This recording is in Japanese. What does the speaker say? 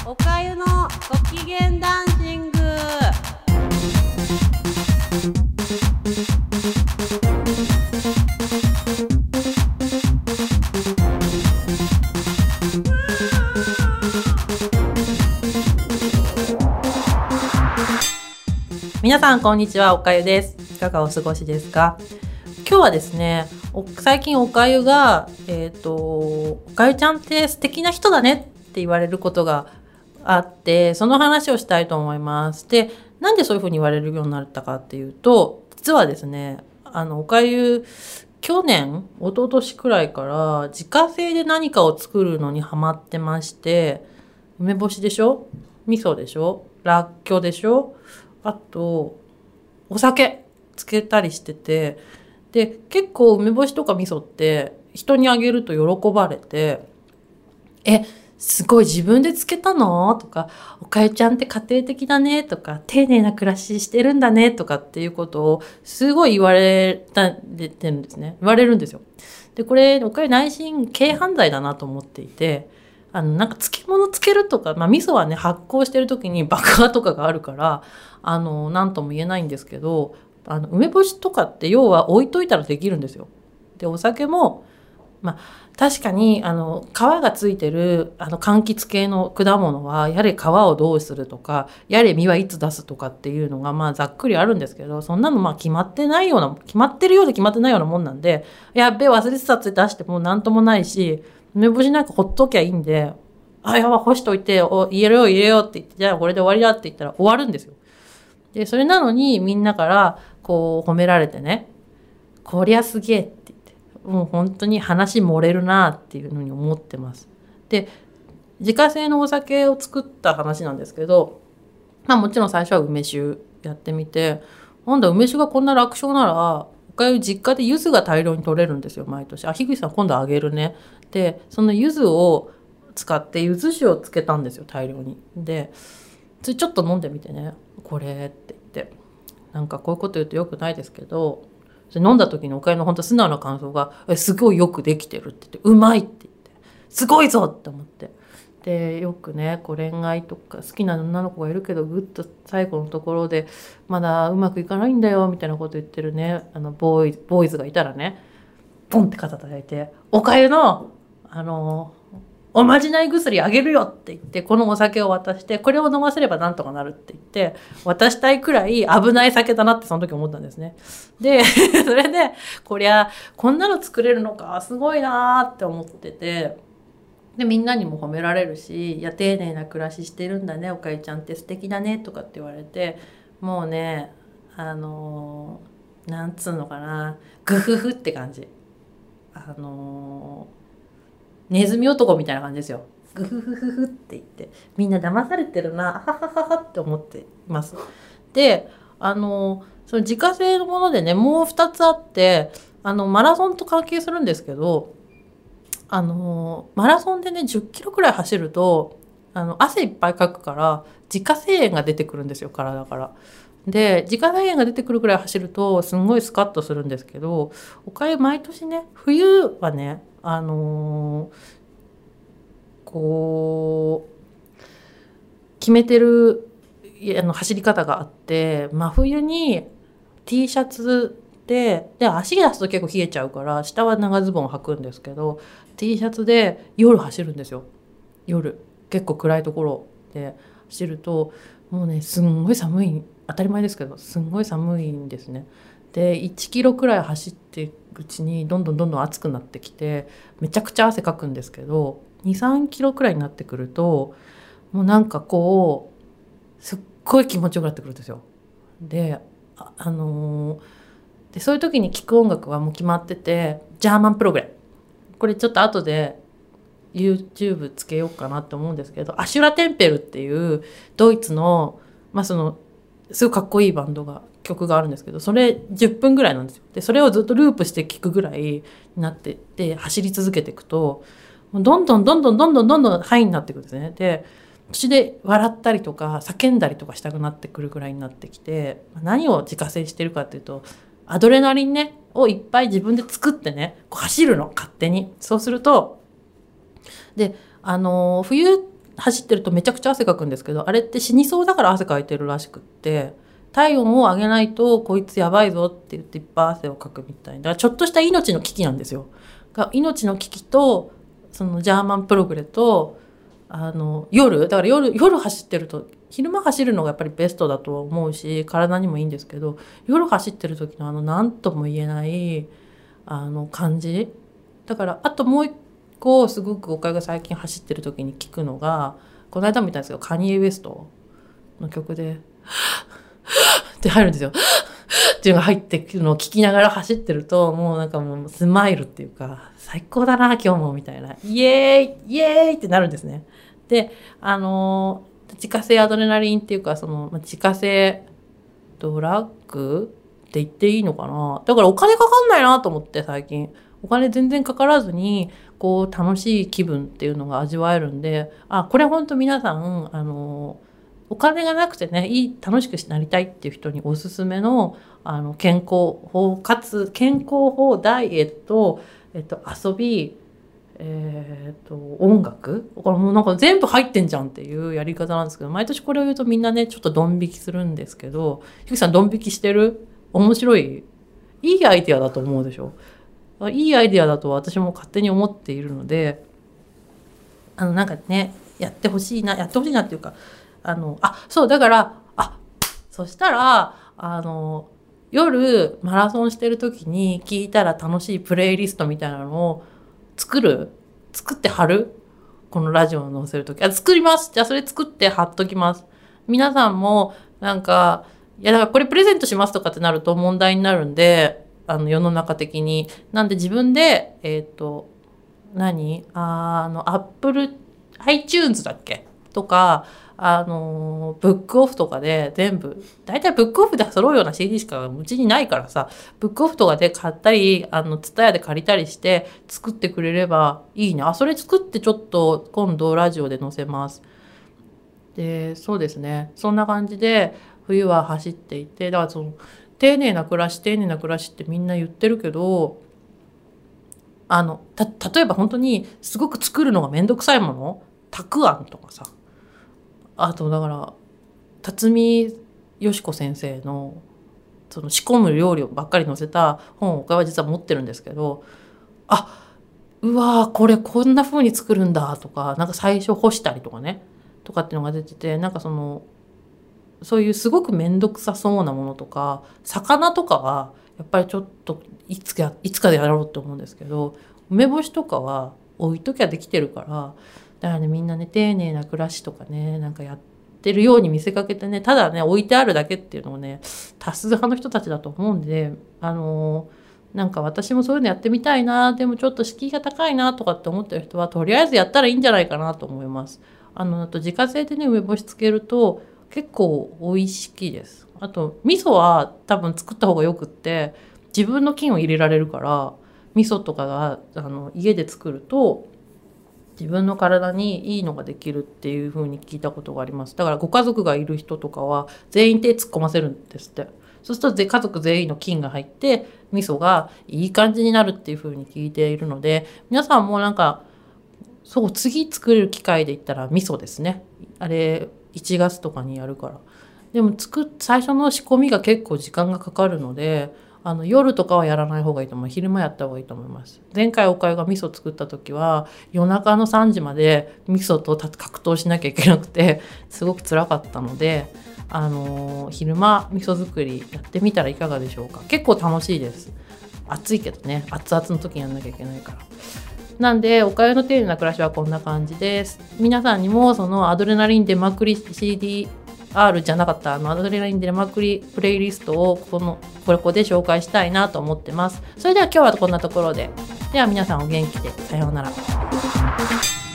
おかゆのご機嫌ダンシング。皆さんこんにちは、おかゆです。いかがお過ごしですか？今日はですね、最近おかゆが、おかゆちゃんって素敵な人だねって言われることがあって、その話をしたいと思います。で、なんでそういうふうに言われるようになったかっていうと、実はですね、おかゆ、去年、一昨年くらいから自家製で何かを作るのにハマってまして、梅干しでしょ？味噌でしょ？らっきょうでしょ？あと、お酒つけたりしてて、で、結構梅干しとか味噌って人にあげると喜ばれて、すごい自分でつけたの？とか、おかゆちゃんって家庭的だねとか、丁寧な暮らししてるんだねとかっていうことをすごい言われてるんですね。言われるんですよ。で、これ、おかゆ内心軽犯罪だなと思っていて、なんか漬物つけるとか、味噌はね、発酵してる時に爆破とかがあるから、なんとも言えないんですけど、梅干しとかって要は置いといたらできるんですよ。で、お酒も、確かに、皮がついてる、柑橘系の果物は、やれ皮をどうするとか、やれ実はいつ出すとかっていうのが、ざっくりあるんですけど、そんなの決まってないような、決まってるようで決まってないようなもんなんで、やっべ、忘れてたって出してもなんともないし、梅干しなんかほっときゃいいんで、やば、干しといて、入れろよって言って、じゃあこれで終わりだって言ったら終わるんですよ。で、それなのにみんなから、褒められてね、こりゃすげえって言って、もう本当に話漏れるなっていうふうに思ってます。で、自家製のお酒を作った話なんですけど、もちろん最初は梅酒やってみて、なんだ梅酒がこんな楽勝なら、おかゆ実家で柚子が大量に取れるんですよ、毎年。樋口さん今度あげるね。で、その柚子を使って柚子酒をつけたんですよ、大量に。で、ちょっと飲んでみてね、これって言って。なんかこういうこと言うとよくないですけど、飲んだ時におかゆの本当素直な感想が、すごいよくできてるって言って、うまいって言って、すごいぞって思って。で、よくね、恋愛とか好きな女の子がいるけど、ぐっと最後のところで、まだうまくいかないんだよ、みたいなこと言ってるね、ボーイズがいたらね、ポンって肩叩いて、おかゆの、おまじない薬あげるよって言って、このお酒を渡して、これを飲ませればなんとかなるって言って、渡したいくらい危ない酒だなってその時思ったんですね。で、それで、こんなの作れるのか、すごいなーって思ってて、で、みんなにも褒められるし、いや、丁寧な暮らししてるんだね、おかゆちゃんって素敵だね、とかって言われて、もうね、なんつうのかな、グフフって感じ。ネズミ男みたいな感じですよ。グフフフフって言って、みんな騙されてるな、ははははって思っています。で、その自家製のものでね、もう2つあって、マラソンと関係するんですけど、マラソンでね、10キロくらい走ると、汗いっぱいかくから、自家製塩が出てくるんですよ、体から。で、自家製塩が出てくるくらい走ると、すんごいスカッとするんですけど、おかゆ毎年ね、冬はね、決めてる走り方があって、真冬に T シャツで足出すと結構冷えちゃうから下は長ズボンを履くんですけど、 T シャツで夜走るんですよ。夜結構暗いところで走ると、もうね、すんごい寒い、当たり前ですけどすんごい寒いんですね。で、1キロくらい走っていくうちにどんどん暑くなってきて、めちゃくちゃ汗かくんですけど、2、3キロくらいになってくると、もうなんかすっごい気持ちよくなってくるんですよ。で、そういう時に聴く音楽はもう決まってて、ジャーマンプログレ。これちょっと後で YouTube つけようかなって思うんですけど、アシュラテンペルっていうドイツの、すごいかっこいい曲があるんですけど、それ10分ぐらいなんですよ。で、それをずっとループして聴くぐらいになってって、走り続けていくと、どんどんハイになっていくんですね。で、途中で笑ったりとか叫んだりとかしたくなってくるぐらいになってきて、何を自家製してるかっていうと、アドレナリンね、をいっぱい自分で作って走るの、勝手に。そうすると、で、冬走ってるとめちゃくちゃ汗かくんですけど、あれって死にそうだから汗かいてるらしくって、体温を上げないとこいつやばいぞって言っていっぱい汗をかくみたいな。だからちょっとした命の危機なんですよ。命の危機とそのジャーマンプログレとだから夜走ってると、昼間走るのがやっぱりベストだとは思うし体にもいいんですけど、夜走ってる時の何とも言えない感じだから。あともう一個すごくおかゆが最近走ってる時に聞くのが、この間も言ったんですけど、カニエ・ウエストの曲でって入るんですよっていうのが入ってくるのを聞きながら走ってると、もうなんかもうスマイルっていうか、最高だな今日もみたいな、イエーイイエーイってなるんですね。で自家製アドレナリンっていうか、その自家製ドラッグって言っていいのかな。だからお金かかんないなと思って、最近お金全然かからずにこう楽しい気分っていうのが味わえるんで、これ本当皆さんお金がなくてね、楽しくなりたいっていう人におすすめの健康法かつ健康法、ダイエット、遊び、音楽、これもうなんか全部入ってんじゃんっていうやり方なんですけど、毎年これを言うとみんなねちょっとドン引きするんですけど、ひくさんドン引きしてる？面白い、いいアイデアだと思うでしょ。いいアイデアだと私も勝手に思っているので、なんかねやってほしいなっていうか、そうだから、そしたら夜マラソンしてる時に聞いたら楽しいプレイリストみたいなのを作って貼る。このラジオを載せる時作ります。じゃあそれ作って貼っときます。皆さんもなんか、だからこれプレゼントしますとかってなると問題になるんで、世の中的になんで自分でApple iTunes だっけとかブックオフとかで全部、だいたいブックオフで揃うような CD しかうちにないからさ、ブックオフとかで買ったりTSUTAYAで借りたりして作ってくれればいいね。それ作ってちょっと今度ラジオで載せます。で、そうですね、そんな感じで冬は走っていて、だからその丁寧な暮らしってみんな言ってるけど、例えば本当にすごく作るのがめんどくさいもの、たくあんとかさ、あとだから辰巳よし子先生のその仕込む料理ばっかり載せた本を岡は実は持ってるんですけど、うわーこれこんな風に作るんだとか、なんか最初干したりとかねとかっていうのが出てて、なんかそういうすごくめんどくさそうなものとか、魚とかはやっぱりちょっといつかでやろうって思うんですけど、梅干しとかは置いときゃできてるから、だからねみんなね丁寧な暮らしとかねなんかやってるように見せかけてね、ただね置いてあるだけっていうのもね多数派の人たちだと思うんで、なんか私もそういうのやってみたいな、でもちょっと敷居が高いなとかって思ってる人はとりあえずやったらいいんじゃないかなと思います。あと自家製でね梅干しつけると結構美味しいです。あと味噌は多分作った方がよくって、自分の菌を入れられるから、味噌とかが家で作ると自分の体にいいのができるっていう風に聞いたことがあります。だからご家族がいる人とかは全員手突っ込ませるんですって。そうすると家族全員の菌が入って味噌がいい感じになるっていう風に聞いているので、皆さんもなんかそう次作れる機会で言ったら味噌ですね。あれ1月とかにやるから。でも最初の仕込みが結構時間がかかるので、夜とかはやらない方がいいと思う。昼間やった方がいいと思います。前回おかゆが味噌作った時は夜中の3時まで味噌と格闘しなきゃいけなくてすごく辛かったので、昼間味噌作りやってみたらいかがでしょうか。結構楽しいです。暑いけどね、熱々の時にやんなきゃいけないから。なんでおかゆの丁寧な暮らしはこんな感じです。皆さんにもそのアドレナリン出まくり CDR じゃなかったアドレナリン出まくりプレイリストをここで紹介したいなと思ってます。それでは今日はこんなところで。では皆さんお元気で。さようなら。